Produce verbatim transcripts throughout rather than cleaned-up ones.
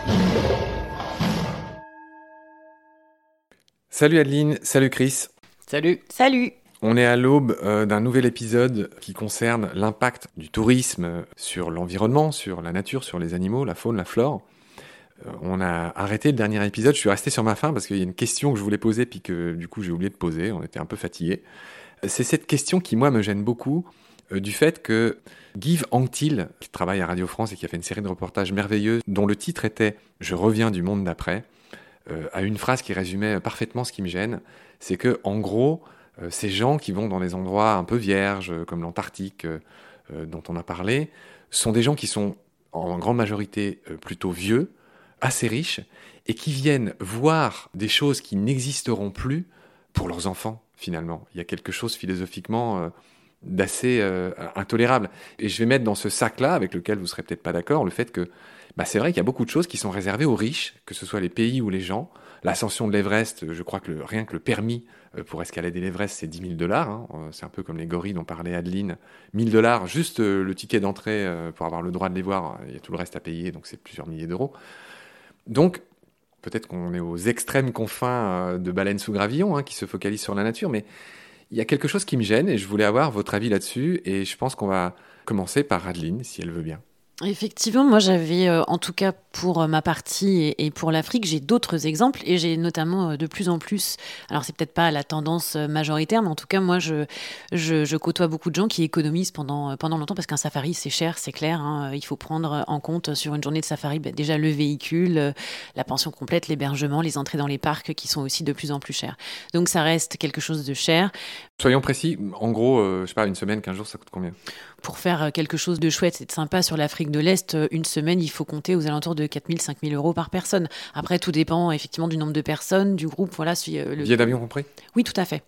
Salut Adeline, salut Chris. Salut. Salut. On est à l'aube euh, d'un nouvel épisode qui concerne l'impact du tourisme sur l'environnement, sur la nature, sur les animaux, la faune, la flore. Euh, on a arrêté le dernier épisode, je suis resté sur ma faim parce qu'il y a une question que je voulais poser puis que du coup j'ai oublié de poser, on était un peu fatigués. C'est cette question qui moi me gêne beaucoup euh, du fait que Guy Anctil, qui travaille à Radio France et qui a fait une série de reportages merveilleux dont le titre était « Je reviens du monde d'après », euh, a une phrase qui résumait parfaitement ce qui me gêne, c'est que en gros, euh, ces gens qui vont dans des endroits un peu vierges, euh, comme l'Antarctique, euh, euh, dont on a parlé, sont des gens qui sont en grande majorité euh, plutôt vieux, assez riches, et qui viennent voir des choses qui n'existeront plus pour leurs enfants, finalement. Il y a quelque chose philosophiquement euh, d'assez euh, intolérable. Et je vais mettre dans ce sac-là, avec lequel vous ne serez peut-être pas d'accord, le fait que bah, c'est vrai qu'il y a beaucoup de choses qui sont réservées aux riches, que ce soit les pays ou les gens. L'ascension de l'Everest, je crois que le, rien que le permis euh, pour escalader l'Everest, c'est dix mille dollars. Hein. Euh, c'est un peu comme les gorilles dont parlait Adeline. mille dollars, juste euh, le ticket d'entrée euh, pour avoir le droit de les voir. Il y a tout le reste à payer, donc c'est plusieurs milliers d'euros. Donc, peut-être qu'on est aux extrêmes confins euh, de baleines sous gravillon, hein, qui se focalisent sur la nature, mais il y a quelque chose qui me gêne et je voulais avoir votre avis là-dessus. Et je pense qu'on va commencer par Adeline, si elle veut bien. Effectivement, moi j'avais, euh, en tout cas pour euh, ma partie et, et pour l'Afrique, j'ai d'autres exemples et j'ai notamment euh, de plus en plus, alors c'est peut-être pas la tendance euh, majoritaire, mais en tout cas moi je, je, je côtoie beaucoup de gens qui économisent pendant, euh, pendant longtemps parce qu'un safari c'est cher, c'est clair, hein, il faut prendre en compte sur une journée de safari bah, déjà le véhicule, euh, la pension complète, l'hébergement, les entrées dans les parcs qui sont aussi de plus en plus chères. Donc ça reste quelque chose de cher. Soyons précis, en gros, euh, je sais pas, une semaine, quinze jours, ça coûte combien ? Pour faire quelque chose de chouette et de sympa sur l'Afrique de l'Est, une semaine, il faut compter aux alentours de quatre mille, cinq mille euros par personne. Après, tout dépend effectivement du nombre de personnes, du groupe. Voilà, si, euh, le... Billet d'avion compris ? Oui, tout à fait.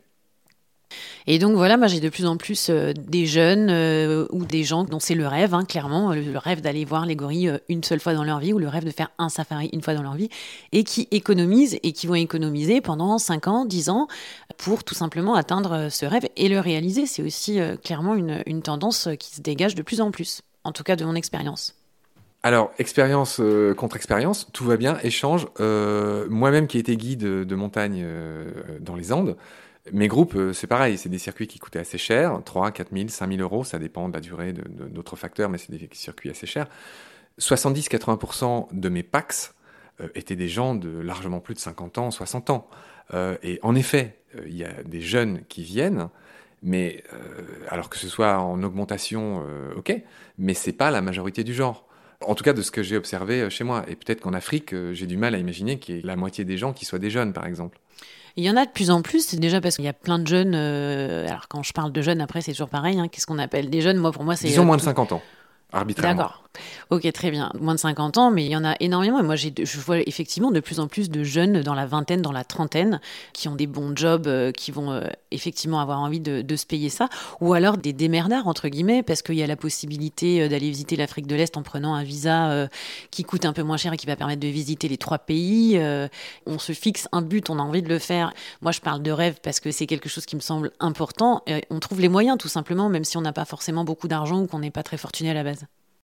Et donc voilà, moi j'ai de plus en plus euh, des jeunes euh, ou des gens dont c'est le rêve, hein, clairement, le, le rêve d'aller voir les gorilles euh, une seule fois dans leur vie ou le rêve de faire un safari une fois dans leur vie et qui économisent et qui vont économiser pendant cinq ans, dix ans pour tout simplement atteindre ce rêve et le réaliser. C'est aussi euh, clairement une, une tendance qui se dégage de plus en plus, en tout cas de mon expérience. Alors, expérience euh, contre expérience, tout va bien, échange. Euh, moi-même qui ai été guide de, de montagne euh, dans les Andes, mes groupes, euh, c'est pareil, c'est des circuits qui coûtaient assez cher, trois, quatre mille, cinq mille euros, ça dépend de la durée, de, de, d'autres facteurs, mais c'est des circuits assez chers. soixante-dix à quatre-vingts pour cent de mes P A X euh, étaient des gens de largement plus de cinquante ans, soixante ans. Euh, et en effet, il euh, y a des jeunes qui viennent, mais euh, alors que ce soit en augmentation, euh, ok, mais c'est pas la majorité du genre. En tout cas, de ce que j'ai observé chez moi. Et peut-être qu'en Afrique, euh, j'ai du mal à imaginer qu'il y ait la moitié des gens qui soient des jeunes, par exemple. Il y en a de plus en plus, c'est déjà parce qu'il y a plein de jeunes. Euh, alors quand je parle de jeunes, après c'est toujours pareil. Hein, qu'est-ce qu'on appelle des jeunes ? Moi, pour moi, c'est disons euh, moins de tout... cinquante ans. Arbitrairement. D'accord. Ok, très bien. Moins de cinquante ans, mais il y en a énormément. Et moi, j'ai, je vois effectivement de plus en plus de jeunes dans la vingtaine, dans la trentaine, qui ont des bons jobs, euh, qui vont euh, effectivement avoir envie de, de se payer ça. Ou alors des démerdards, entre guillemets, parce qu'il y a la possibilité euh, d'aller visiter l'Afrique de l'Est en prenant un visa euh, qui coûte un peu moins cher et qui va permettre de visiter les trois pays. Euh, on se fixe un but, on a envie de le faire. Moi, je parle de rêve parce que c'est quelque chose qui me semble important. Euh, on trouve les moyens, tout simplement, même si on n'a pas forcément beaucoup d'argent ou qu'on n'est pas très fortuné à la base.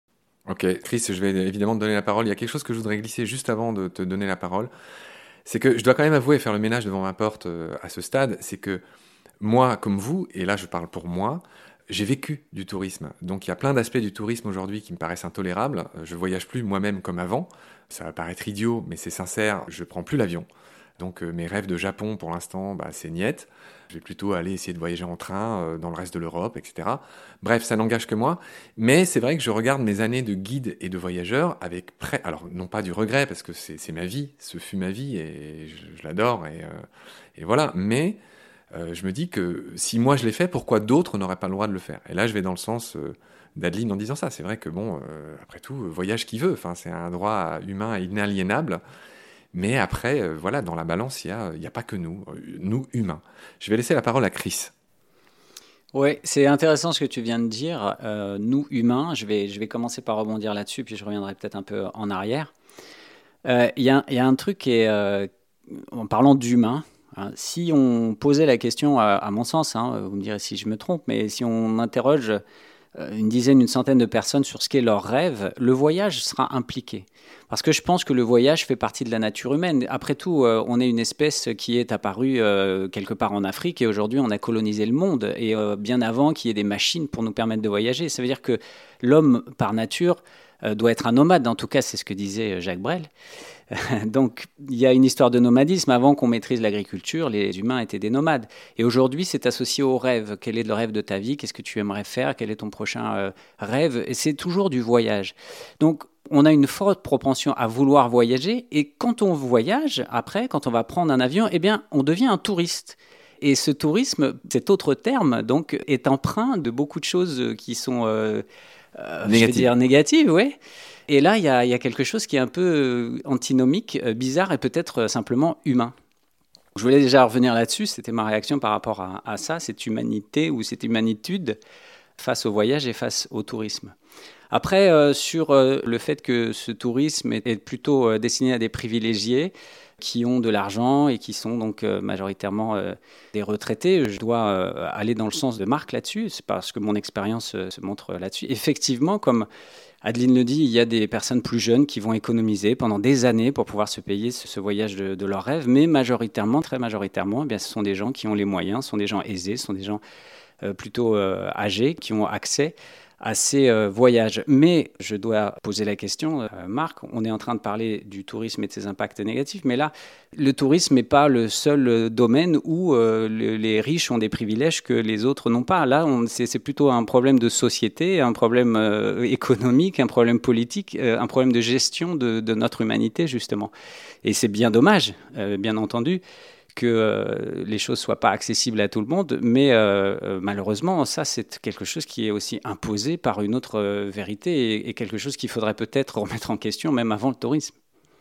Ok, Chris, je vais évidemment te donner la parole. Il y a quelque chose que je voudrais glisser juste avant de te donner la parole. C'est que je dois quand même avouer et faire le ménage devant ma porte euh, à ce stade. C'est que moi, comme vous, et là je parle pour moi, j'ai vécu du tourisme. Donc il y a plein d'aspects du tourisme aujourd'hui qui me paraissent intolérables. Je voyage plus moi-même comme avant. Ça va paraître idiot, mais c'est sincère. Je prends plus l'avion. Donc euh, mes rêves de Japon, pour l'instant, bah, c'est niet. Je vais plutôt aller essayer de voyager en train euh, dans le reste de l'Europe, et cetera. Bref, ça n'engage que moi. Mais c'est vrai que je regarde mes années de guide et de voyageur avec près... Alors, non pas du regret, parce que c'est, c'est ma vie, ce fut ma vie, et je, je l'adore, et, euh, et voilà. Mais euh, je me dis que si moi je l'ai fait, pourquoi d'autres n'auraient pas le droit de le faire ? Et là, je vais dans le sens euh, d'Adeline en disant ça. C'est vrai que, bon, euh, après tout, voyage qui veut. Enfin, c'est un droit humain inaliénable. Mais après, euh, voilà, dans la balance, il n'y a, y a pas que nous, euh, nous humains. Je vais laisser la parole à Chris. Oui, c'est intéressant ce que tu viens de dire. Euh, nous, humains, je vais, je vais commencer par rebondir là-dessus, puis je reviendrai peut-être un peu en arrière. Il euh, y, y a un truc qui est, euh, en parlant d'humain, hein, si on posait la question, à, à mon sens, hein, vous me direz si je me trompe, mais si on interroge une dizaine, une centaine de personnes sur ce qu'est leur rêve, le voyage sera impliqué. Parce que je pense que le voyage fait partie de la nature humaine. Après tout, euh, on est une espèce qui est apparue euh, quelque part en Afrique et aujourd'hui on a colonisé le monde. Et euh, bien avant qu'il y ait des machines pour nous permettre de voyager. Ça veut dire que l'homme, par nature, euh, doit être un nomade. En tout cas, c'est ce que disait Jacques Brel. Donc, il y a une histoire de nomadisme. Avant qu'on maîtrise l'agriculture, les humains étaient des nomades. Et aujourd'hui, c'est associé au rêve. Quel est le rêve de ta vie? Qu'est-ce que tu aimerais faire? Quel est ton prochain euh, rêve? Et c'est toujours du voyage. Donc, on a une forte propension à vouloir voyager. Et quand on voyage, après, quand on va prendre un avion, eh bien, on devient un touriste. Et ce tourisme, cet autre terme, donc, est empreint de beaucoup de choses qui sont, euh, euh, je vais dire, négatives, oui. Et là, il y, y a quelque chose qui est un peu euh, antinomique, euh, bizarre et peut-être euh, simplement humain. Je voulais déjà revenir là-dessus, c'était ma réaction par rapport à, à ça, cette humanité ou cette humanitude face au voyage et face au tourisme. Après, euh, sur euh, le fait que ce tourisme est, est plutôt euh, destiné à des privilégiés qui ont de l'argent et qui sont donc euh, majoritairement euh, des retraités, je dois euh, aller dans le sens de Marc là-dessus, c'est parce que mon expérience euh, se montre là-dessus. Effectivement, comme Adeline le dit, il y a des personnes plus jeunes qui vont économiser pendant des années pour pouvoir se payer ce, ce voyage de, de leur rêve, mais majoritairement, très majoritairement, eh bien, ce sont des gens qui ont les moyens, ce sont des gens aisés, ce sont des gens euh, plutôt euh, âgés qui ont accès à ces euh, voyages. Mais je dois poser la question, euh, Marc, on est en train de parler du tourisme et de ses impacts négatifs, mais là, le tourisme n'est pas le seul euh, domaine où euh, le, les riches ont des privilèges que les autres n'ont pas. Là, on, c'est, c'est plutôt un problème de société, un problème euh, économique, un problème politique, euh, un problème de gestion de, de notre humanité, justement. Et c'est bien dommage, euh, bien entendu, que euh, les choses ne soient pas accessibles à tout le monde, mais euh, euh, malheureusement, ça, c'est quelque chose qui est aussi imposé par une autre euh, vérité et, et quelque chose qu'il faudrait peut-être remettre en question, même avant le tourisme.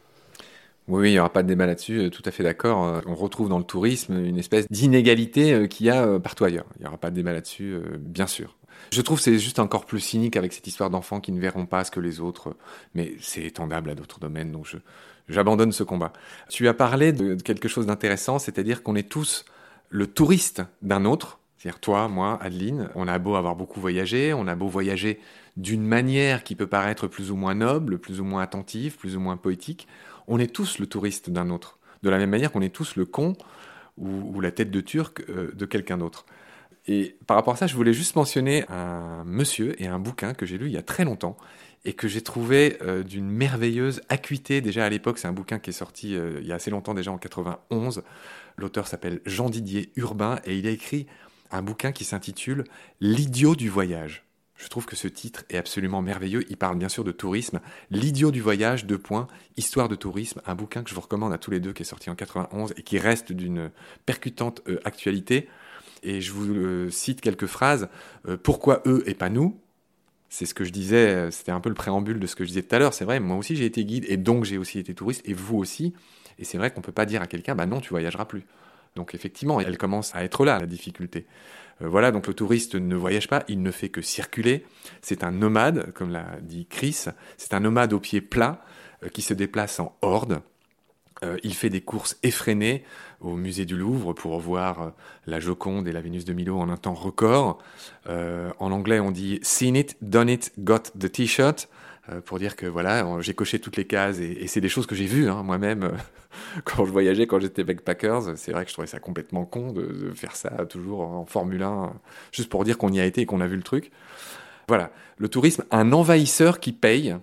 Oui, oui, il n'y aura pas de débat là-dessus, tout à fait d'accord. On retrouve dans le tourisme une espèce d'inégalité qu'il y a partout ailleurs. Il n'y aura pas de débat là-dessus, bien sûr. Je trouve que c'est juste encore plus cynique avec cette histoire d'enfants qui ne verront pas ce que les autres, mais c'est étendable à d'autres domaines, donc je... J'abandonne ce combat. Tu as parlé de quelque chose d'intéressant, c'est-à-dire qu'on est tous le touriste d'un autre. C'est-à-dire toi, moi, Adeline, on a beau avoir beaucoup voyagé, on a beau voyager d'une manière qui peut paraître plus ou moins noble, plus ou moins attentive, plus ou moins poétique. On est tous le touriste d'un autre. De la même manière qu'on est tous le con ou, ou la tête de turc euh, de quelqu'un d'autre. Et par rapport à ça, je voulais juste mentionner un monsieur et un bouquin que j'ai lu il y a très longtemps et que j'ai trouvé euh, d'une merveilleuse acuité. Déjà à l'époque, c'est un bouquin qui est sorti euh, il y a assez longtemps, déjà en quatre-vingt-onze. L'auteur s'appelle Jean-Didier Urbain et il a écrit un bouquin qui s'intitule « L'idiot du voyage ». Je trouve que ce titre est absolument merveilleux. Il parle bien sûr de tourisme. « L'idiot du voyage, deux points, histoire de tourisme », un bouquin que je vous recommande à tous les deux, qui est sorti en quatre-vingt-onze et qui reste d'une percutante euh, actualité. Et je vous euh, cite quelques phrases. Euh, « Pourquoi eux et pas nous ?» C'est ce que je disais, c'était un peu le préambule de ce que je disais tout à l'heure. C'est vrai, moi aussi j'ai été guide et donc j'ai aussi été touriste et vous aussi. Et c'est vrai qu'on ne peut pas dire à quelqu'un, bah non, tu voyageras plus. Donc effectivement, elle commence à être là, la difficulté. Euh, voilà, donc le touriste ne voyage pas, il ne fait que circuler. C'est un nomade, comme l'a dit Chris. C'est un nomade au pied plat euh, qui se déplace en horde. Euh, il fait des courses effrénées au musée du Louvre pour voir euh, la Joconde et la Vénus de Milo en un temps record. Euh, en anglais, on dit « seen it, done it, got the t-shirt euh, » pour dire que voilà, j'ai coché toutes les cases et, et c'est des choses que j'ai vues hein, moi-même euh, quand je voyageais, quand j'étais backpackers. C'est vrai que je trouvais ça complètement con de, de faire ça toujours en Formule un, euh, juste pour dire qu'on y a été et qu'on a vu le truc. Voilà, le tourisme, un envahisseur qui paye.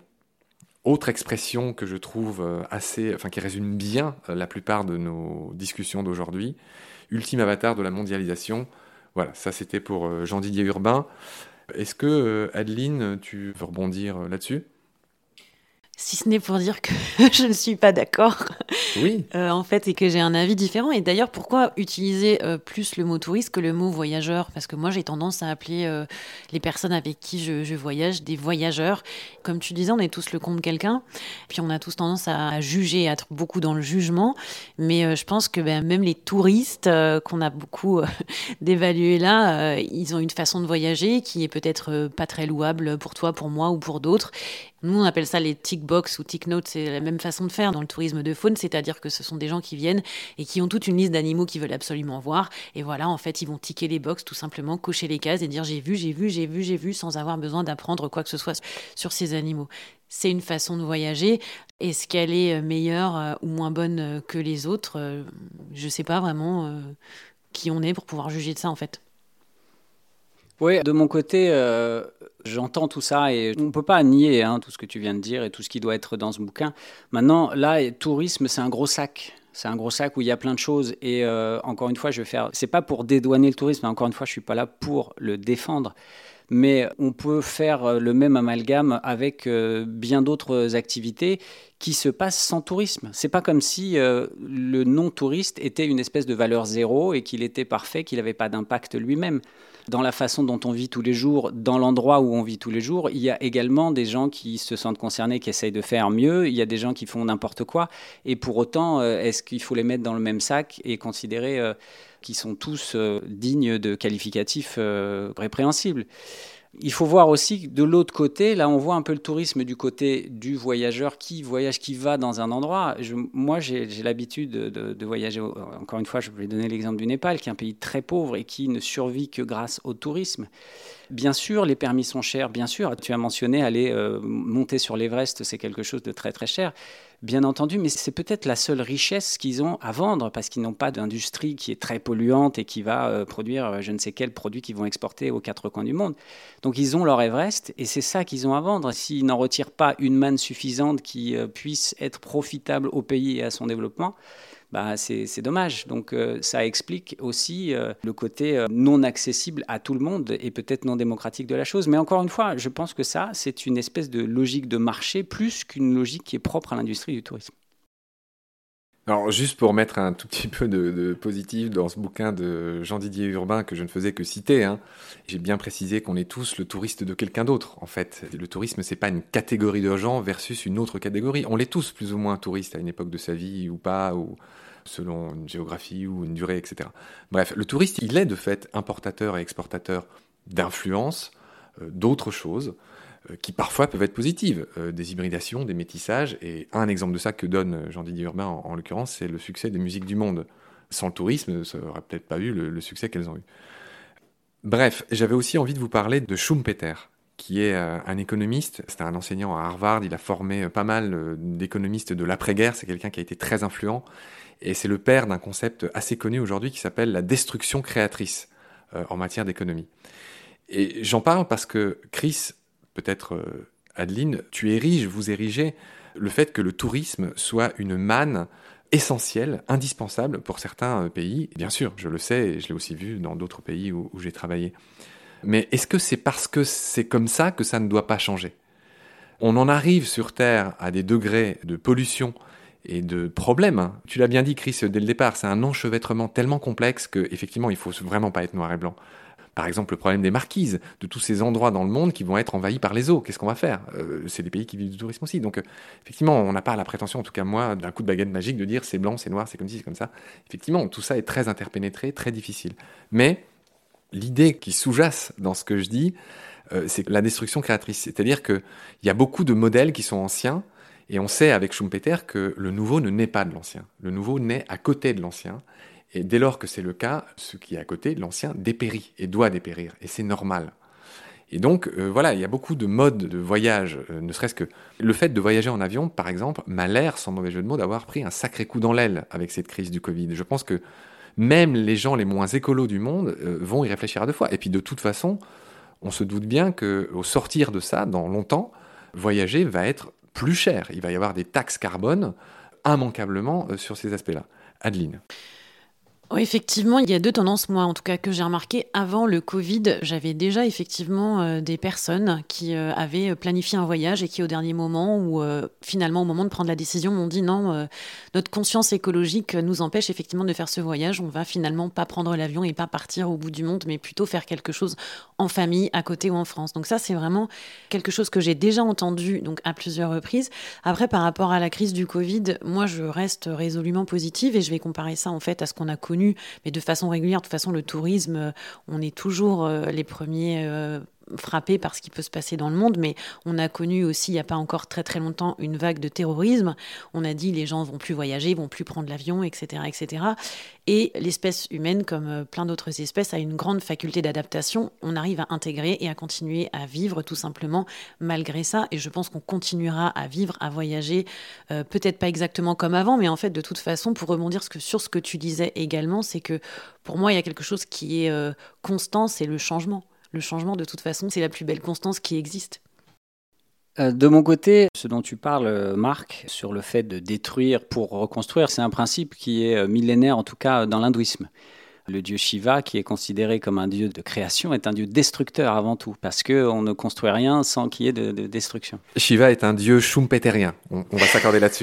Autre expression que je trouve assez, enfin qui résume bien la plupart de nos discussions d'aujourd'hui, ultime avatar de la mondialisation. Voilà, ça c'était pour Jean-Didier Urbain. Est-ce que, Adeline, tu veux rebondir là-dessus ? Si ce n'est pour dire que je ne suis pas d'accord, oui. euh, en fait, et que j'ai un avis différent. Et d'ailleurs, pourquoi utiliser euh, plus le mot touriste que le mot voyageur ? Parce que moi, j'ai tendance à appeler euh, les personnes avec qui je, je voyage des voyageurs. Comme tu disais, on est tous le con de quelqu'un. Puis on a tous tendance à, à juger, à être beaucoup dans le jugement. Mais euh, je pense que ben, même les touristes, euh, qu'on a beaucoup euh, dévalués là, euh, ils ont une façon de voyager qui est peut-être euh, pas très louable pour toi, pour moi ou pour d'autres. Nous, on appelle ça les tick Tickbox ou Ticknote, c'est la même façon de faire dans le tourisme de faune, c'est-à-dire que ce sont des gens qui viennent et qui ont toute une liste d'animaux qu'ils veulent absolument voir. Et voilà, en fait, ils vont ticker les box, tout simplement, cocher les cases et dire j'ai vu, j'ai vu, j'ai vu, j'ai vu, sans avoir besoin d'apprendre quoi que ce soit sur ces animaux. C'est une façon de voyager. Est-ce qu'elle est meilleure euh, ou moins bonne euh, que les autres euh, Je ne sais pas vraiment euh, qui on est pour pouvoir juger de ça, en fait. Oui, de mon côté, euh, j'entends tout ça et on ne peut pas nier hein, tout ce que tu viens de dire et tout ce qui doit être dans ce bouquin. Maintenant, là, tourisme, c'est un gros sac. C'est un gros sac où il y a plein de choses. Et euh, encore une fois, je vais faire. C'est pas pour dédouaner le tourisme. Encore une fois, je suis pas là pour le défendre. Mais on peut faire le même amalgame avec euh, bien d'autres activités qui se passent sans tourisme. C'est pas comme si euh, le non-touriste était une espèce de valeur zéro et qu'il était parfait, qu'il n'avait pas d'impact lui-même. Dans la façon dont on vit tous les jours, dans l'endroit où on vit tous les jours, il y a également des gens qui se sentent concernés, qui essayent de faire mieux. Il y a des gens qui font n'importe quoi. Et pour autant, euh, est-ce qu'il faut les mettre dans le même sac et considérer euh, qu'ils sont tous euh, dignes de qualificatifs euh, répréhensibles ? Il faut voir aussi de l'autre côté, là on voit un peu le tourisme du côté du voyageur qui voyage, qui va dans un endroit. Je, moi j'ai, j'ai l'habitude de, de, de voyager, encore une fois je vais donner l'exemple du Népal, qui est un pays très pauvre et qui ne survit que grâce au tourisme. Bien sûr, les permis sont chers, bien sûr. Tu as mentionné aller euh, monter sur l'Everest, c'est quelque chose de très très cher. Bien entendu, mais c'est peut-être la seule richesse qu'ils ont à vendre parce qu'ils n'ont pas d'industrie qui est très polluante et qui va euh, produire euh, je ne sais quels produits qu'ils vont exporter aux quatre coins du monde. Donc ils ont leur Everest et c'est ça qu'ils ont à vendre. S'ils n'en retirent pas une manne suffisante qui euh, puisse être profitable au pays et à son développement, bah, c'est, c'est dommage. Donc euh, ça explique aussi euh, le côté euh, non accessible à tout le monde et peut-être non démocratique de la chose. Mais encore une fois, je pense que ça, c'est une espèce de logique de marché plus qu'une logique qui est propre à l'industrie du tourisme. Alors, juste pour mettre un tout petit peu de, de positif dans ce bouquin de Jean-Didier Urbain que je ne faisais que citer, hein, j'ai bien précisé qu'on est tous le touriste de quelqu'un d'autre, en fait. Le tourisme, c'est pas une catégorie de gens versus une autre catégorie. On l'est tous plus ou moins touristes à une époque de sa vie ou pas, ou selon une géographie ou une durée, et cetera. Bref, le touriste, il est de fait importateur et exportateur d'influence, euh, d'autres choses, qui parfois peuvent être positives, euh, des hybridations, des métissages, et un exemple de ça que donne Jean-Didier Urbain en, en l'occurrence, c'est le succès des musiques du monde. Sans le tourisme, ça n'aurait peut-être pas eu le, le succès qu'elles ont eu. Bref, j'avais aussi envie de vous parler de Schumpeter, qui est euh, un économiste, c'était un enseignant à Harvard, il a formé euh, pas mal euh, d'économistes de l'après-guerre, c'est quelqu'un qui a été très influent, et c'est le père d'un concept assez connu aujourd'hui qui s'appelle la destruction créatrice euh, en matière d'économie. Et j'en parle parce que Chris, peut-être euh, Adeline, tu ériges, vous érigez le fait que le tourisme soit une manne essentielle, indispensable pour certains euh, pays. Bien sûr, je le sais, et je l'ai aussi vu dans d'autres pays où, où j'ai travaillé. Mais est-ce que c'est parce que c'est comme ça que ça ne doit pas changer ? On en arrive sur Terre à des degrés de pollution et de problèmes. Tu l'as bien dit, Chris, dès le départ, c'est un enchevêtrement tellement complexe qu'effectivement, il ne faut vraiment pas être noir et blanc. Par exemple, le problème des marquises, de tous ces endroits dans le monde qui vont être envahis par les eaux. Qu'est-ce qu'on va faire ? euh, C'est des pays qui vivent du tourisme aussi. Donc, euh, effectivement, on n'a pas la prétention, en tout cas moi, d'un coup de baguette magique, de dire c'est blanc, c'est noir, c'est comme ci, c'est comme ça. Effectivement, tout ça est très interpénétré, très difficile. Mais l'idée qui sous-jace dans ce que je dis, euh, c'est la destruction créatrice. C'est-à-dire qu'il y a beaucoup de modèles qui sont anciens, et on sait avec Schumpeter que le nouveau ne naît pas de l'ancien. Le nouveau naît à côté de l'ancien. Et dès lors que c'est le cas, ce qui est à côté, l'ancien dépérit et doit dépérir. Et c'est normal. Et donc, euh, voilà, il y a beaucoup de modes de voyage, euh, ne serait-ce que le fait de voyager en avion, par exemple, m'a l'air, sans mauvais jeu de mots, d'avoir pris un sacré coup dans l'aile avec cette crise du Covid. Je pense que même les gens les moins écolos du monde euh, vont y réfléchir à deux fois. Et puis, de toute façon, on se doute bien qu'au sortir de ça, dans longtemps, voyager va être plus cher. Il va y avoir des taxes carbone immanquablement euh, sur ces aspects-là. Adeline. Oui, effectivement, il y a deux tendances, moi, en tout cas, que j'ai remarqué. Avant le Covid, j'avais déjà effectivement euh, des personnes qui euh, avaient planifié un voyage et qui, au dernier moment, ou euh, finalement, au moment de prendre la décision, m'ont dit non, euh, notre conscience écologique nous empêche effectivement de faire ce voyage. On va finalement pas prendre l'avion et pas partir au bout du monde, mais plutôt faire quelque chose en famille, à côté ou en France. Donc ça, c'est vraiment quelque chose que j'ai déjà entendu donc à plusieurs reprises. Après, par rapport à la crise du Covid, moi, je reste résolument positive et je vais comparer ça, en fait, à ce qu'on a connu mais de façon régulière. De toute façon, le tourisme, on est toujours les premiers frappés par ce qui peut se passer dans le monde, mais on a connu aussi, il n'y a pas encore très très longtemps, une vague de terrorisme. On a dit les gens ne vont plus voyager, vont plus prendre l'avion, et cetera, et cetera. Et l'espèce humaine, comme plein d'autres espèces, a une grande faculté d'adaptation. On arrive à intégrer et à continuer à vivre tout simplement malgré ça. Et je pense qu'on continuera à vivre, à voyager, euh, peut-être pas exactement comme avant, mais en fait, de toute façon, pour rebondir sur ce que tu disais également, c'est que pour moi, il y a quelque chose qui est euh, constant, c'est le changement. Le changement, de toute façon, c'est la plus belle constance qui existe. De mon côté, ce dont tu parles, Marc, sur le fait de détruire pour reconstruire, c'est un principe qui est millénaire, en tout cas dans l'hindouisme. Le dieu Shiva, qui est considéré comme un dieu de création, est un dieu destructeur avant tout, parce qu'on ne construit rien sans qu'il y ait de, de destruction. Shiva est un dieu schumpeterien, on, on va s'accorder là-dessus.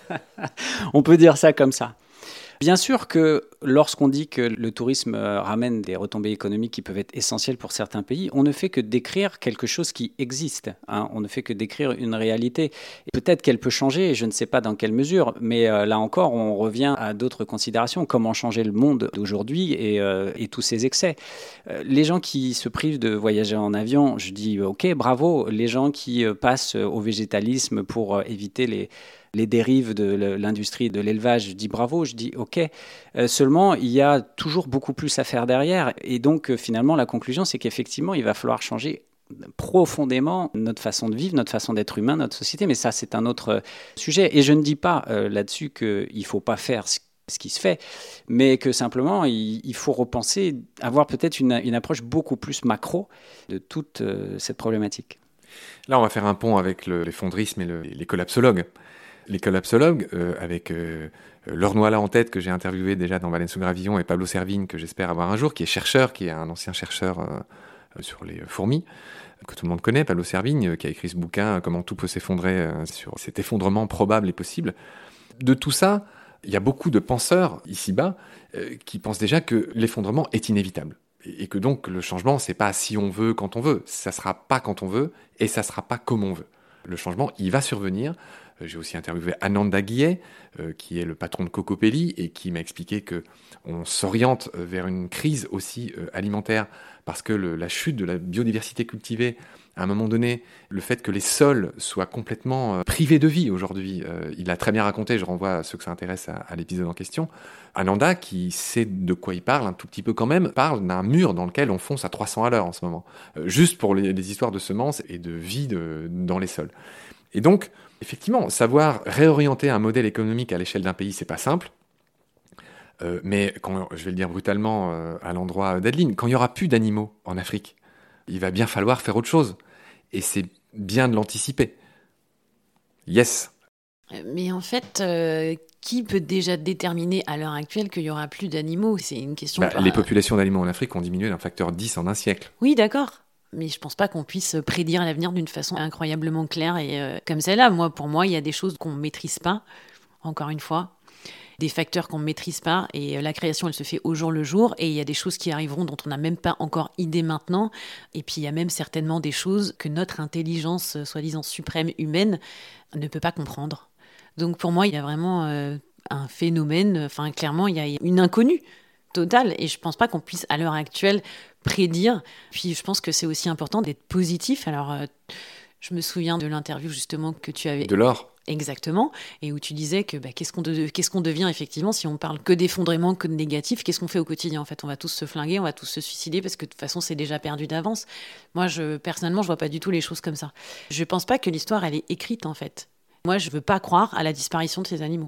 On peut dire ça comme ça. Bien sûr que lorsqu'on dit que le tourisme ramène des retombées économiques qui peuvent être essentielles pour certains pays, on ne fait que décrire quelque chose qui existe. Hein. On ne fait que décrire une réalité. Et peut-être qu'elle peut changer, je ne sais pas dans quelle mesure, mais euh, là encore, on revient à d'autres considérations. Comment changer le monde d'aujourd'hui et, euh, et tous ces excès. Euh, les gens qui se privent de voyager en avion, je dis ok, bravo. Les gens qui euh, passent au végétalisme pour euh, éviter les... les dérives de l'industrie de l'élevage, je dis bravo, je dis ok. Euh, seulement, il y a toujours beaucoup plus à faire derrière. Et donc, euh, finalement, la conclusion, c'est qu'effectivement, il va falloir changer profondément notre façon de vivre, notre façon d'être humain, notre société. Mais ça, c'est un autre sujet. Et je ne dis pas euh, là-dessus qu'il ne faut pas faire ce ce qui se fait, mais que simplement, il, il faut repenser, avoir peut-être une, une approche beaucoup plus macro de toute euh, cette problématique. Là, on va faire un pont avec le, l'effondrisme et le, les collapsologues. Les collapsologues, euh, avec euh, Laure Noila en tête, que j'ai interviewé déjà dans Baleine sous gravillon, et Pablo Servigne, que j'espère avoir un jour, qui est chercheur, qui est un ancien chercheur euh, sur les fourmis, que tout le monde connaît, Pablo Servigne, euh, qui a écrit ce bouquin, Comment tout peut s'effondrer, euh, sur cet effondrement probable et possible. De tout ça, il y a beaucoup de penseurs ici-bas euh, qui pensent déjà que l'effondrement est inévitable. Et, et que donc le changement, c'est pas si on veut, quand on veut. Ça sera pas quand on veut, et ça sera pas comme on veut. Le changement, il va survenir. J'ai aussi interviewé Ananda Guillet, euh, qui est le patron de Cocopelli, et qui m'a expliqué qu'on s'oriente vers une crise aussi euh, alimentaire, parce que le, la chute de la biodiversité cultivée, à un moment donné, le fait que les sols soient complètement euh, privés de vie aujourd'hui, euh, il l'a très bien raconté, je renvoie à ceux que ça intéresse à, à l'épisode en question. Ananda, qui sait de quoi il parle, un tout petit peu quand même, parle d'un mur dans lequel on fonce à trois cents à l'heure en ce moment, euh, juste pour les, les histoires de semences et de vie de, dans les sols. Et donc, effectivement, savoir réorienter un modèle économique à l'échelle d'un pays, c'est pas simple. Euh, mais quand, je vais le dire brutalement euh, à l'endroit d'Adeline, quand il n'y aura plus d'animaux en Afrique, il va bien falloir faire autre chose. Et c'est bien de l'anticiper. Yes. Mais en fait, euh, qui peut déjà déterminer à l'heure actuelle qu'il n'y aura plus d'animaux ? C'est une question... Bah, pas... Les populations d'animaux en Afrique ont diminué d'un facteur dix en un siècle. Oui, d'accord. Mais je pense pas qu'on puisse prédire l'avenir d'une façon incroyablement claire et euh, comme celle-là. Moi, pour moi, il y a des choses qu'on ne maîtrise pas, encore une fois, des facteurs qu'on ne maîtrise pas, et la création, elle se fait au jour le jour, et il y a des choses qui arriveront dont on n'a même pas encore idée maintenant, et puis il y a même certainement des choses que notre intelligence, soi-disant suprême humaine, ne peut pas comprendre. Donc pour moi, il y a vraiment euh, un phénomène, enfin clairement, il y a une inconnue totale, et je pense pas qu'on puisse à l'heure actuelle prédire. Puis je pense que c'est aussi important d'être positif. Alors euh, je me souviens de l'interview justement que tu avais... De l'or. Exactement, et où tu disais que bah, qu'est-ce qu'on, de... qu'est-ce qu'on devient effectivement si on parle que d'effondrement, que de négatif, qu'est-ce qu'on fait au quotidien en fait ? On va tous se flinguer, on va tous se suicider parce que de toute façon c'est déjà perdu d'avance. Moi, je, personnellement, je vois pas du tout les choses comme ça. Je pense pas que l'histoire elle est écrite en fait. Moi, je veux pas croire à la disparition de ces animaux.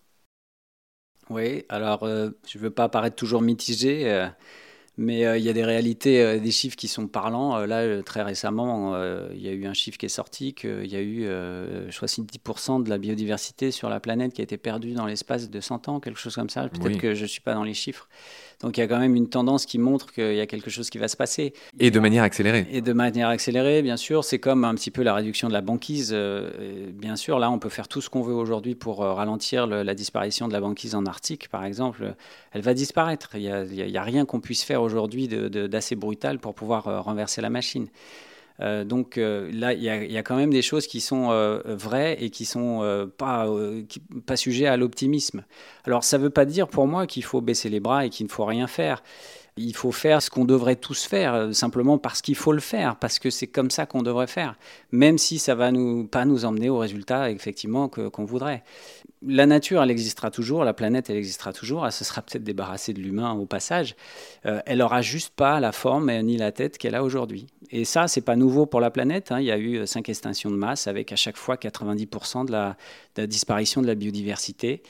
Oui, alors euh, je veux pas paraître toujours mitigé. Euh... Mais euh, il y a des réalités, euh, des chiffres qui sont parlants. Euh, là, euh, très récemment, euh, il y a eu un chiffre qui est sorti qu'il y a eu euh, soixante-dix pour cent de la biodiversité sur la planète qui a été perdue dans l'espace de cent ans, quelque chose comme ça. Peut-être oui. que je ne suis pas dans les chiffres. Donc il y a quand même une tendance qui montre qu'il y a quelque chose qui va se passer. Et de manière accélérée. Et de manière accélérée, bien sûr. C'est comme un petit peu la réduction de la banquise. Euh, bien sûr, là, on peut faire tout ce qu'on veut aujourd'hui pour euh, ralentir le, la disparition de la banquise en Arctique, par exemple. Elle va disparaître. Il n'y a, a, a rien qu'on puisse faire aujourd'hui de, de, d'assez brutal pour pouvoir euh, renverser la machine. Euh, donc euh, là, il y, y a quand même des choses qui sont euh, vraies et qui sont euh, pas, euh, qui, pas sujets à l'optimisme. Alors ça ne veut pas dire pour moi qu'il faut baisser les bras et qu'il ne faut rien faire. Il faut faire ce qu'on devrait tous faire, simplement parce qu'il faut le faire, parce que c'est comme ça qu'on devrait faire, même si ça ne va nous, pas nous emmener au résultat effectivement que, qu'on voudrait. La nature, elle existera toujours, la planète, elle existera toujours, elle se sera peut-être débarrassée de l'humain au passage, euh, elle n'aura juste pas la forme ni la tête qu'elle a aujourd'hui. Et ça, ce n'est pas nouveau pour la planète, hein. Il y a eu cinq extinctions de masse avec à chaque fois quatre-vingt-dix pour cent de la, de la disparition de la biodiversité.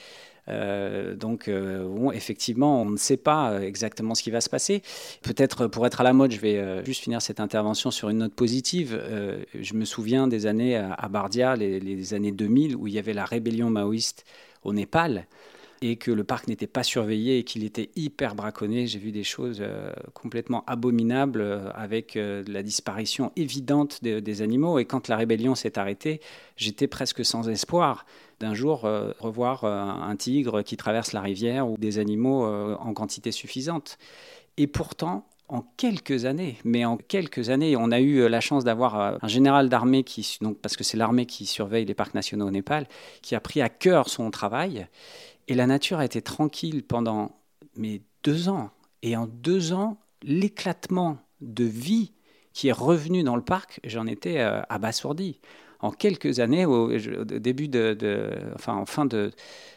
Euh, donc, euh, bon, effectivement, on ne sait pas exactement ce qui va se passer. Peut-être, pour être à la mode, je vais euh, juste finir cette intervention sur une note positive. Euh, je me souviens des années à, à Bardia, les, les années deux mille, où il y avait la rébellion maoïste au Népal, et que le parc n'était pas surveillé et qu'il était hyper braconné. J'ai vu des choses euh, complètement abominables euh, avec euh, la disparition évidente de, des animaux. Et quand la rébellion s'est arrêtée, j'étais presque sans espoir d'un jour euh, revoir euh, un tigre qui traverse la rivière ou des animaux euh, en quantité suffisante. Et pourtant, en quelques années, mais en quelques années, on a eu la chance d'avoir un général d'armée, qui, donc, parce que c'est l'armée qui surveille les parcs nationaux au Népal, qui a pris à cœur son travail. Et la nature a été tranquille pendant mais, deux ans. Et en deux ans, l'éclatement de vie qui est revenu dans le parc, j'en étais euh, abasourdi. En quelques années, au, au début de, de, enfin, en fin de,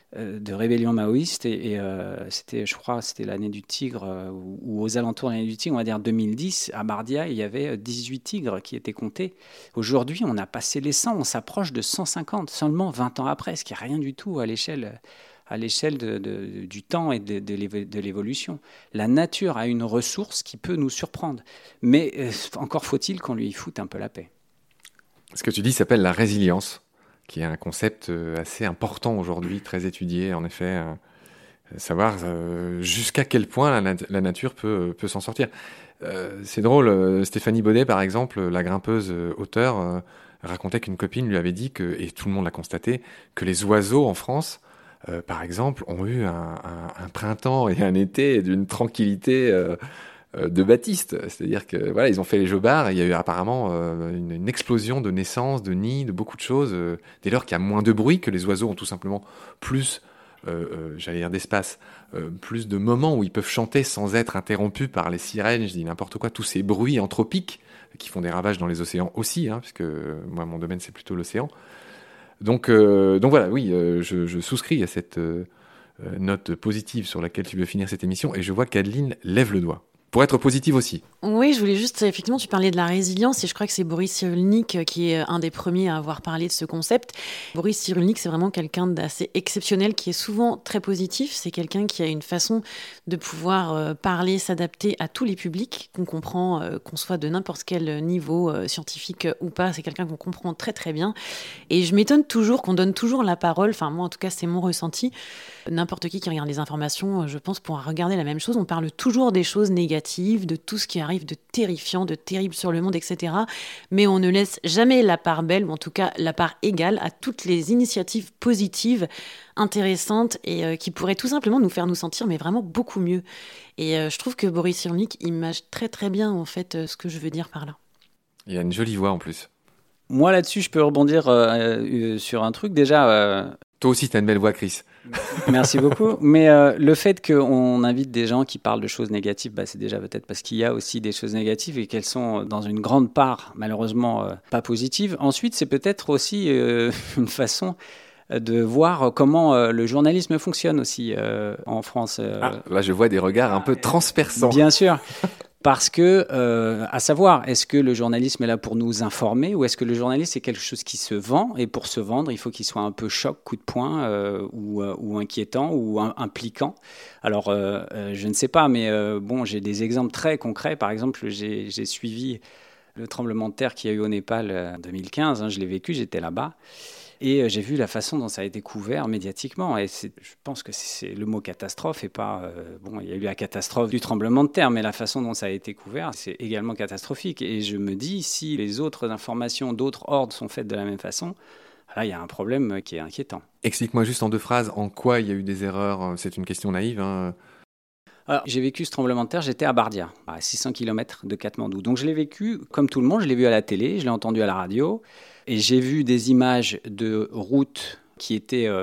de rébellion maoïste, et, et euh, c'était, je crois, c'était l'année du tigre, euh, ou, ou aux alentours de l'année du tigre, on va dire deux mille dix, à Bardia, il y avait dix-huit tigres qui étaient comptés. Aujourd'hui, on a passé les cent, on s'approche de cent cinquante, seulement vingt ans après, ce qui n'est rien du tout à l'échelle, à l'échelle de, de, du temps et de, de, de l'évolution. La nature a une ressource qui peut nous surprendre, mais euh, encore faut-il qu'on lui foute un peu la paix. Ce que tu dis s'appelle la résilience, qui est un concept assez important aujourd'hui, très étudié, en effet. Euh, savoir euh, jusqu'à quel point la, nat- la nature peut, peut s'en sortir. Euh, c'est drôle, euh, Stéphanie Baudet, par exemple, la grimpeuse euh, auteure, euh, racontait qu'une copine lui avait dit, que, et tout le monde l'a constaté, que les oiseaux en France, euh, par exemple, ont eu un, un, un printemps et un été d'une tranquillité... Euh, de Baptiste, c'est-à-dire que voilà, ils ont fait les Jobards et il y a eu apparemment euh, une, une explosion de naissances, de nids, de beaucoup de choses. Euh, dès lors qu'il y a moins de bruit, que les oiseaux ont tout simplement plus, euh, euh, j'allais dire d'espace, euh, plus de moments où ils peuvent chanter sans être interrompus par les sirènes, je dis n'importe quoi, tous ces bruits anthropiques qui font des ravages dans les océans aussi, hein, puisque euh, moi mon domaine c'est plutôt l'océan. Donc, euh, donc voilà, oui, euh, je, je souscris à cette euh, note positive sur laquelle tu veux finir cette émission et je vois qu'Adeline lève le doigt. Pour être positive aussi. Oui, je voulais juste, effectivement, tu parlais de la résilience et je crois que c'est Boris Cyrulnik qui est un des premiers à avoir parlé de ce concept. Boris Cyrulnik, c'est vraiment quelqu'un d'assez exceptionnel qui est souvent très positif. C'est quelqu'un qui a une façon de pouvoir euh, parler, s'adapter à tous les publics, qu'on comprend, euh, qu'on soit de n'importe quel niveau euh, scientifique ou pas. C'est quelqu'un qu'on comprend très très bien. Et je m'étonne toujours qu'on donne toujours la parole, enfin moi en tout cas c'est mon ressenti. N'importe qui qui regarde les informations, je pense, pourra regarder la même chose. On parle toujours des choses négatives, de tout ce qui arrive de terrifiant, de terrible sur le monde, et cetera. Mais on ne laisse jamais la part belle, ou en tout cas la part égale à toutes les initiatives positives, intéressantes et euh, qui pourraient tout simplement nous faire nous sentir mais vraiment beaucoup mieux. Et euh, je trouve que Boris Cyrulnik image très très bien en fait euh, ce que je veux dire par là. Il y a une jolie voix en plus. Moi là-dessus, je peux rebondir euh, euh, sur un truc déjà. Euh... Toi aussi, tu as une belle voix, Chris. Merci beaucoup. Mais euh, le fait qu'on invite des gens qui parlent de choses négatives, bah, c'est déjà peut-être parce qu'il y a aussi des choses négatives et qu'elles sont dans une grande part, malheureusement, euh, pas positives. Ensuite, c'est peut-être aussi euh, une façon de voir comment euh, le journalisme fonctionne aussi euh, en France. Euh... Ah, là, je vois des regards un peu transperçants. Bien sûr. Parce que, euh, à savoir, est-ce que le journalisme est là pour nous informer ou est-ce que le journalisme est quelque chose qui se vend et pour se vendre, il faut qu'il soit un peu choc, coup de poing euh, ou, euh, ou inquiétant ou un, impliquant. Alors, euh, euh, je ne sais pas, mais euh, bon, j'ai des exemples très concrets. Par exemple, j'ai, j'ai suivi le tremblement de terre qu'il y a eu au Népal en deux mille quinze. Hein, je l'ai vécu, j'étais là-bas. Et j'ai vu la façon dont ça a été couvert médiatiquement. Et c'est, je pense que c'est le mot catastrophe et pas... Euh, bon, il y a eu la catastrophe du tremblement de terre, mais la façon dont ça a été couvert, c'est également catastrophique. Et je me dis, si les autres informations d'autres ordres sont faites de la même façon, là, il y a un problème qui est inquiétant. Explique-moi juste en deux phrases en quoi il y a eu des erreurs. C'est une question naïve, hein. Alors, j'ai vécu ce tremblement de terre, j'étais à Bardia, à six cents kilomètres de Katmandou. Donc je l'ai vécu comme tout le monde, je l'ai vu à la télé, je l'ai entendu à la radio, et j'ai vu des images de routes qui étaient euh,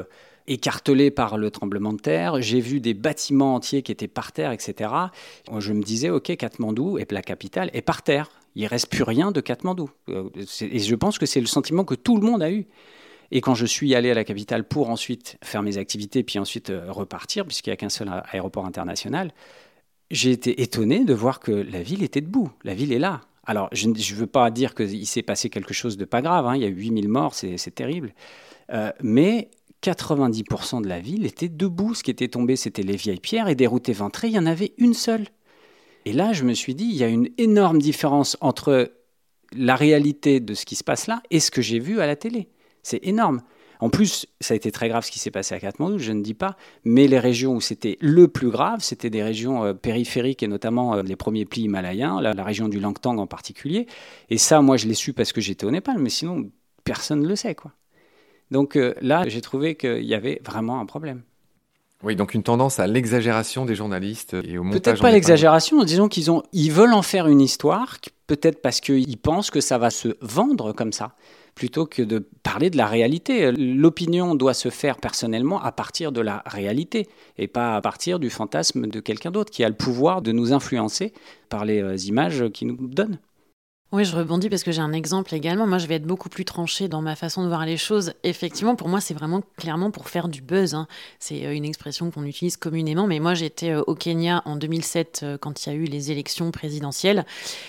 écartelés par le tremblement de terre. J'ai vu des bâtiments entiers qui étaient par terre, et cetera. Je me disais, OK, Katmandou, et la capitale, est par terre. Il ne reste plus rien de Katmandou. Et je pense que c'est le sentiment que tout le monde a eu. Et quand je suis allé à la capitale pour ensuite faire mes activités, puis ensuite repartir, puisqu'il n'y a qu'un seul aéroport international, j'ai été étonné de voir que la ville était debout. La ville est là. Alors, je ne veux pas dire qu'il s'est passé quelque chose de pas grave. Hein. Il y a huit mille morts, c'est, c'est terrible. Euh, mais quatre-vingt-dix pour cent de la ville était debout. Ce qui était tombé, c'était les vieilles pierres. Et des routes éventrées, il y en avait une seule. Et là, je me suis dit, il y a une énorme différence entre la réalité de ce qui se passe là et ce que j'ai vu à la télé. C'est énorme. En plus, ça a été très grave ce qui s'est passé à Katmandou, je ne dis pas, mais les régions où c'était le plus grave, c'était des régions euh, périphériques et notamment euh, les premiers plis himalayens, la, la région du Langtang en particulier. Et ça, moi, je l'ai su parce que j'étais au Népal, mais sinon, personne ne le sait, quoi. Donc euh, là, j'ai trouvé qu'il y avait vraiment un problème. Oui, donc une tendance à l'exagération des journalistes et au montage. Peut-être pas l'exagération, disons qu'ils ont, ils veulent en faire une histoire, peut-être parce qu'ils pensent que ça va se vendre comme ça, plutôt que de parler de la réalité. L'opinion doit se faire personnellement à partir de la réalité et pas à partir du fantasme de quelqu'un d'autre qui a le pouvoir de nous influencer par les images qu'il nous donne. Oui, je rebondis parce que j'ai un exemple également. Moi, je vais être beaucoup plus tranchée dans ma façon de voir les choses. Effectivement, pour moi, c'est vraiment clairement pour faire du buzz. Hein. C'est une expression qu'on utilise communément. Mais moi, j'étais au Kenya en deux mille sept quand il y a eu les élections présidentielles.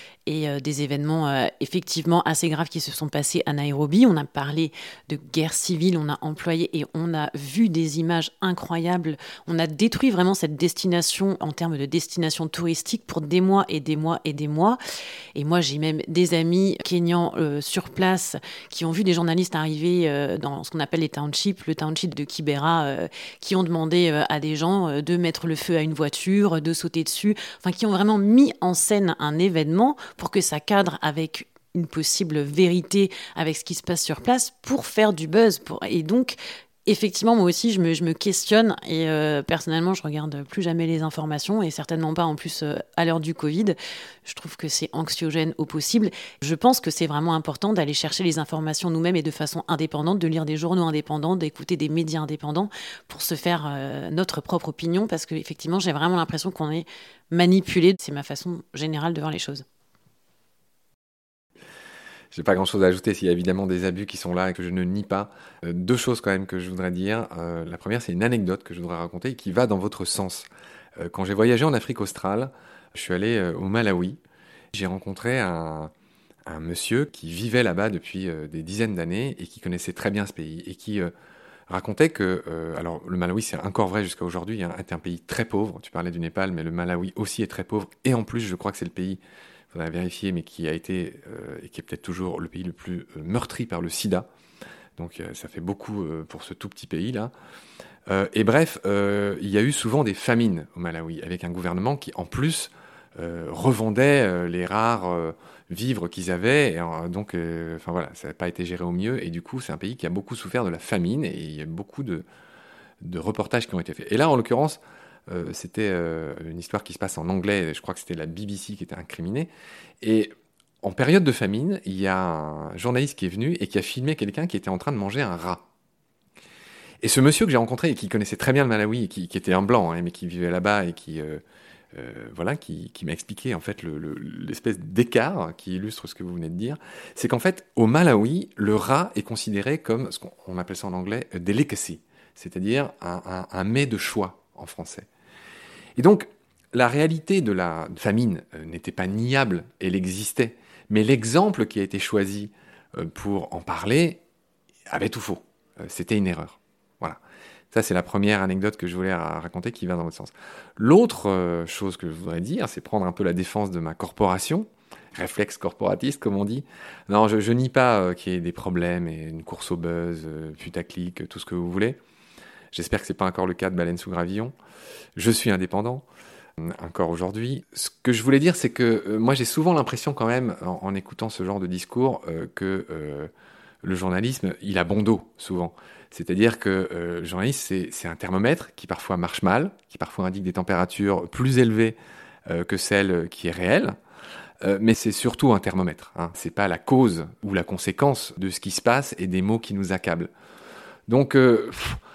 Et euh, des événements euh, effectivement assez graves qui se sont passés à Nairobi. On a parlé de guerre civile, on a employé et on a vu des images incroyables. On a détruit vraiment cette destination en termes de destination touristique pour des mois et des mois et des mois. Et moi, j'ai même des amis kenyans euh, sur place qui ont vu des journalistes arriver euh, dans ce qu'on appelle les townships, le township de Kibera, euh, qui ont demandé euh, à des gens euh, de mettre le feu à une voiture, de sauter dessus, enfin qui ont vraiment mis en scène un événement pour que ça cadre avec une possible vérité avec ce qui se passe sur place pour faire du buzz. Pour... Et donc, effectivement, moi aussi, je me, je me questionne et euh, personnellement, je regarde plus jamais les informations et certainement pas en plus euh, à l'heure du Covid. Je trouve que c'est anxiogène au possible. Je pense que c'est vraiment important d'aller chercher les informations nous-mêmes et de façon indépendante, de lire des journaux indépendants, d'écouter des médias indépendants pour se faire euh, notre propre opinion parce qu'effectivement, j'ai vraiment l'impression qu'on est manipulé. C'est ma façon générale de voir les choses. J'ai pas grand-chose à ajouter. S'il y a évidemment des abus qui sont là et que je ne nie pas. Euh, deux choses quand même que je voudrais dire. Euh, la première, c'est une anecdote que je voudrais raconter et qui va dans votre sens. Euh, quand j'ai voyagé en Afrique australe, je suis allé euh, au Malawi. J'ai rencontré un, un monsieur qui vivait là-bas depuis euh, des dizaines d'années et qui connaissait très bien ce pays et qui euh, racontait que, euh, alors le Malawi, c'est encore vrai jusqu'à aujourd'hui, hein, est un pays très pauvre. Tu parlais du Népal, mais le Malawi aussi est très pauvre. Et en plus, je crois que c'est le pays... il faudrait vérifier, mais qui a été, euh, et qui est peut-être toujours le pays le plus euh, meurtri par le sida. Donc euh, ça fait beaucoup euh, pour ce tout petit pays-là. Euh, et bref, euh, il y a eu souvent des famines au Malawi, avec un gouvernement qui, en plus, euh, revendait euh, les rares euh, vivres qu'ils avaient. Et, euh, donc, euh, enfin voilà, ça n'a pas été géré au mieux. Et du coup, c'est un pays qui a beaucoup souffert de la famine, et il y a beaucoup de, de reportages qui ont été faits. Et là, en l'occurrence, Euh, c'était euh, une histoire qui se passe en anglais, je crois que c'était la B B C qui était incriminée. Et en période de famine, il y a un journaliste qui est venu et qui a filmé quelqu'un qui était en train de manger un rat. Et ce monsieur que j'ai rencontré et qui connaissait très bien le Malawi, et qui, qui était un blanc, hein, mais qui vivait là-bas et qui, euh, euh, voilà, qui, qui m'a expliqué en fait le, le, l'espèce d'écart qui illustre ce que vous venez de dire, c'est qu'en fait au Malawi, le rat est considéré comme ce qu'on on appelle ça en anglais euh, delicacy, c'est-à-dire un, un, un mets de choix en français. Et donc, la réalité de la famine euh, n'était pas niable, elle existait. Mais l'exemple qui a été choisi euh, pour en parler avait tout faux. Euh, c'était une erreur. Voilà. Ça, c'est la première anecdote que je voulais raconter qui va dans votre sens. L'autre euh, chose que je voudrais dire, c'est prendre un peu la défense de ma corporation, réflexe corporatiste, comme on dit. Non, je, je nie pas euh, qu'il y ait des problèmes et une course au buzz, euh, putaclic, tout ce que vous voulez. J'espère que ce n'est pas encore le cas de Baleine sous Gravillon. Je suis indépendant, encore aujourd'hui. Ce que je voulais dire, c'est que euh, moi, j'ai souvent l'impression quand même, en, en écoutant ce genre de discours, euh, que euh, le journalisme, il a bon dos, souvent. C'est-à-dire que euh, le journaliste, c'est, c'est un thermomètre qui parfois marche mal, qui parfois indique des températures plus élevées euh, que celle qui est réelle. Euh, mais c'est surtout un thermomètre. Hein. C'est pas la cause ou la conséquence de ce qui se passe et des mots qui nous accablent. Donc... Euh, pff,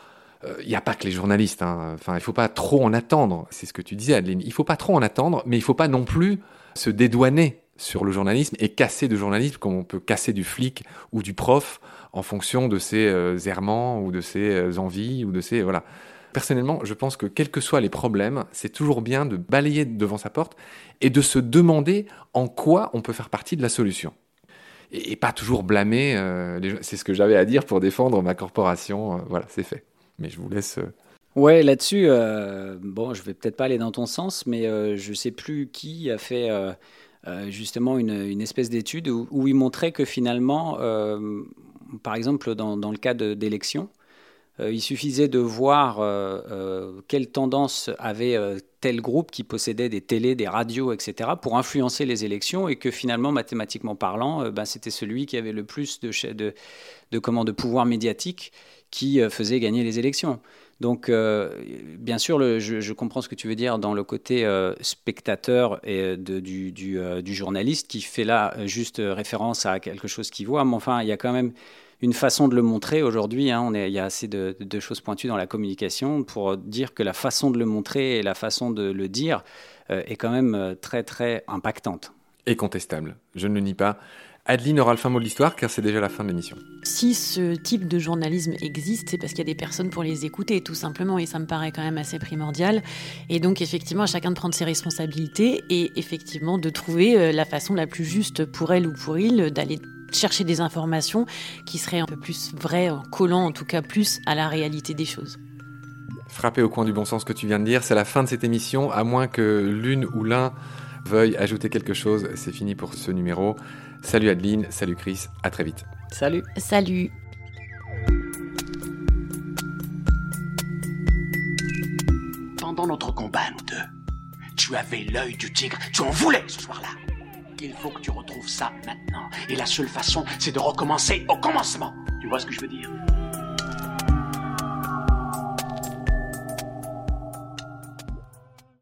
il n'y a pas que les journalistes. Hein. Enfin, il ne faut pas trop en attendre. C'est ce que tu disais, Adeline. Il ne faut pas trop en attendre, mais il ne faut pas non plus se dédouaner sur le journalisme et casser de journalisme comme on peut casser du flic ou du prof en fonction de ses euh, errements ou de ses euh, envies ou de ses... Voilà. Personnellement, je pense que quels que soient les problèmes, c'est toujours bien de balayer devant sa porte et de se demander en quoi on peut faire partie de la solution. Et, et pas toujours blâmer. Euh, les... C'est ce que j'avais à dire pour défendre ma corporation. Euh, voilà, c'est fait. Mais je vous laisse... Euh... Ouais, là-dessus, euh, bon, je vais peut-être pas aller dans ton sens, mais euh, je sais plus qui a fait euh, euh, justement une, une espèce d'étude où, où il montrait que finalement, euh, par exemple, dans, dans le cas de, d'élections, euh, il suffisait de voir euh, euh, quelle tendance avait euh, tel groupe qui possédait des télés, des radios, et cetera, pour influencer les élections, et que finalement, mathématiquement parlant, euh, ben, c'était celui qui avait le plus de, de, de, comment, de pouvoir médiatique qui euh, faisait gagner les élections. Donc, euh, bien sûr, le, je, je comprends ce que tu veux dire dans le côté euh, spectateur et de, du, du, euh, du journaliste qui fait là juste référence à quelque chose qu'il voit. Mais enfin, il y a quand même une façon de le montrer aujourd'hui. Hein. On est, il y a assez de, de choses pointues dans la communication pour dire que la façon de le montrer et la façon de le dire euh, est quand même très, très impactante. Et contestable, je ne le nie pas. Adeline aura le fin mot de l'histoire, car c'est déjà la fin de l'émission. Si ce type de journalisme existe, c'est parce qu'il y a des personnes pour les écouter, tout simplement, et ça me paraît quand même assez primordial. Et donc, effectivement, à chacun de prendre ses responsabilités et effectivement de trouver la façon la plus juste pour elle ou pour il d'aller chercher des informations qui seraient un peu plus vraies, en collant en tout cas plus à la réalité des choses. Frappé au coin du bon sens que tu viens de dire, c'est la fin de cette émission, à moins que l'une ou l'un veuille ajouter quelque chose. C'est fini pour ce numéro. Salut Adeline, salut Chris, à très vite. Salut. Salut. Pendant notre combat, nous deux, tu avais l'œil du tigre, tu en voulais ce soir-là. Il faut que tu retrouves ça maintenant. Et la seule façon, c'est de recommencer au commencement. Tu vois ce que je veux dire ?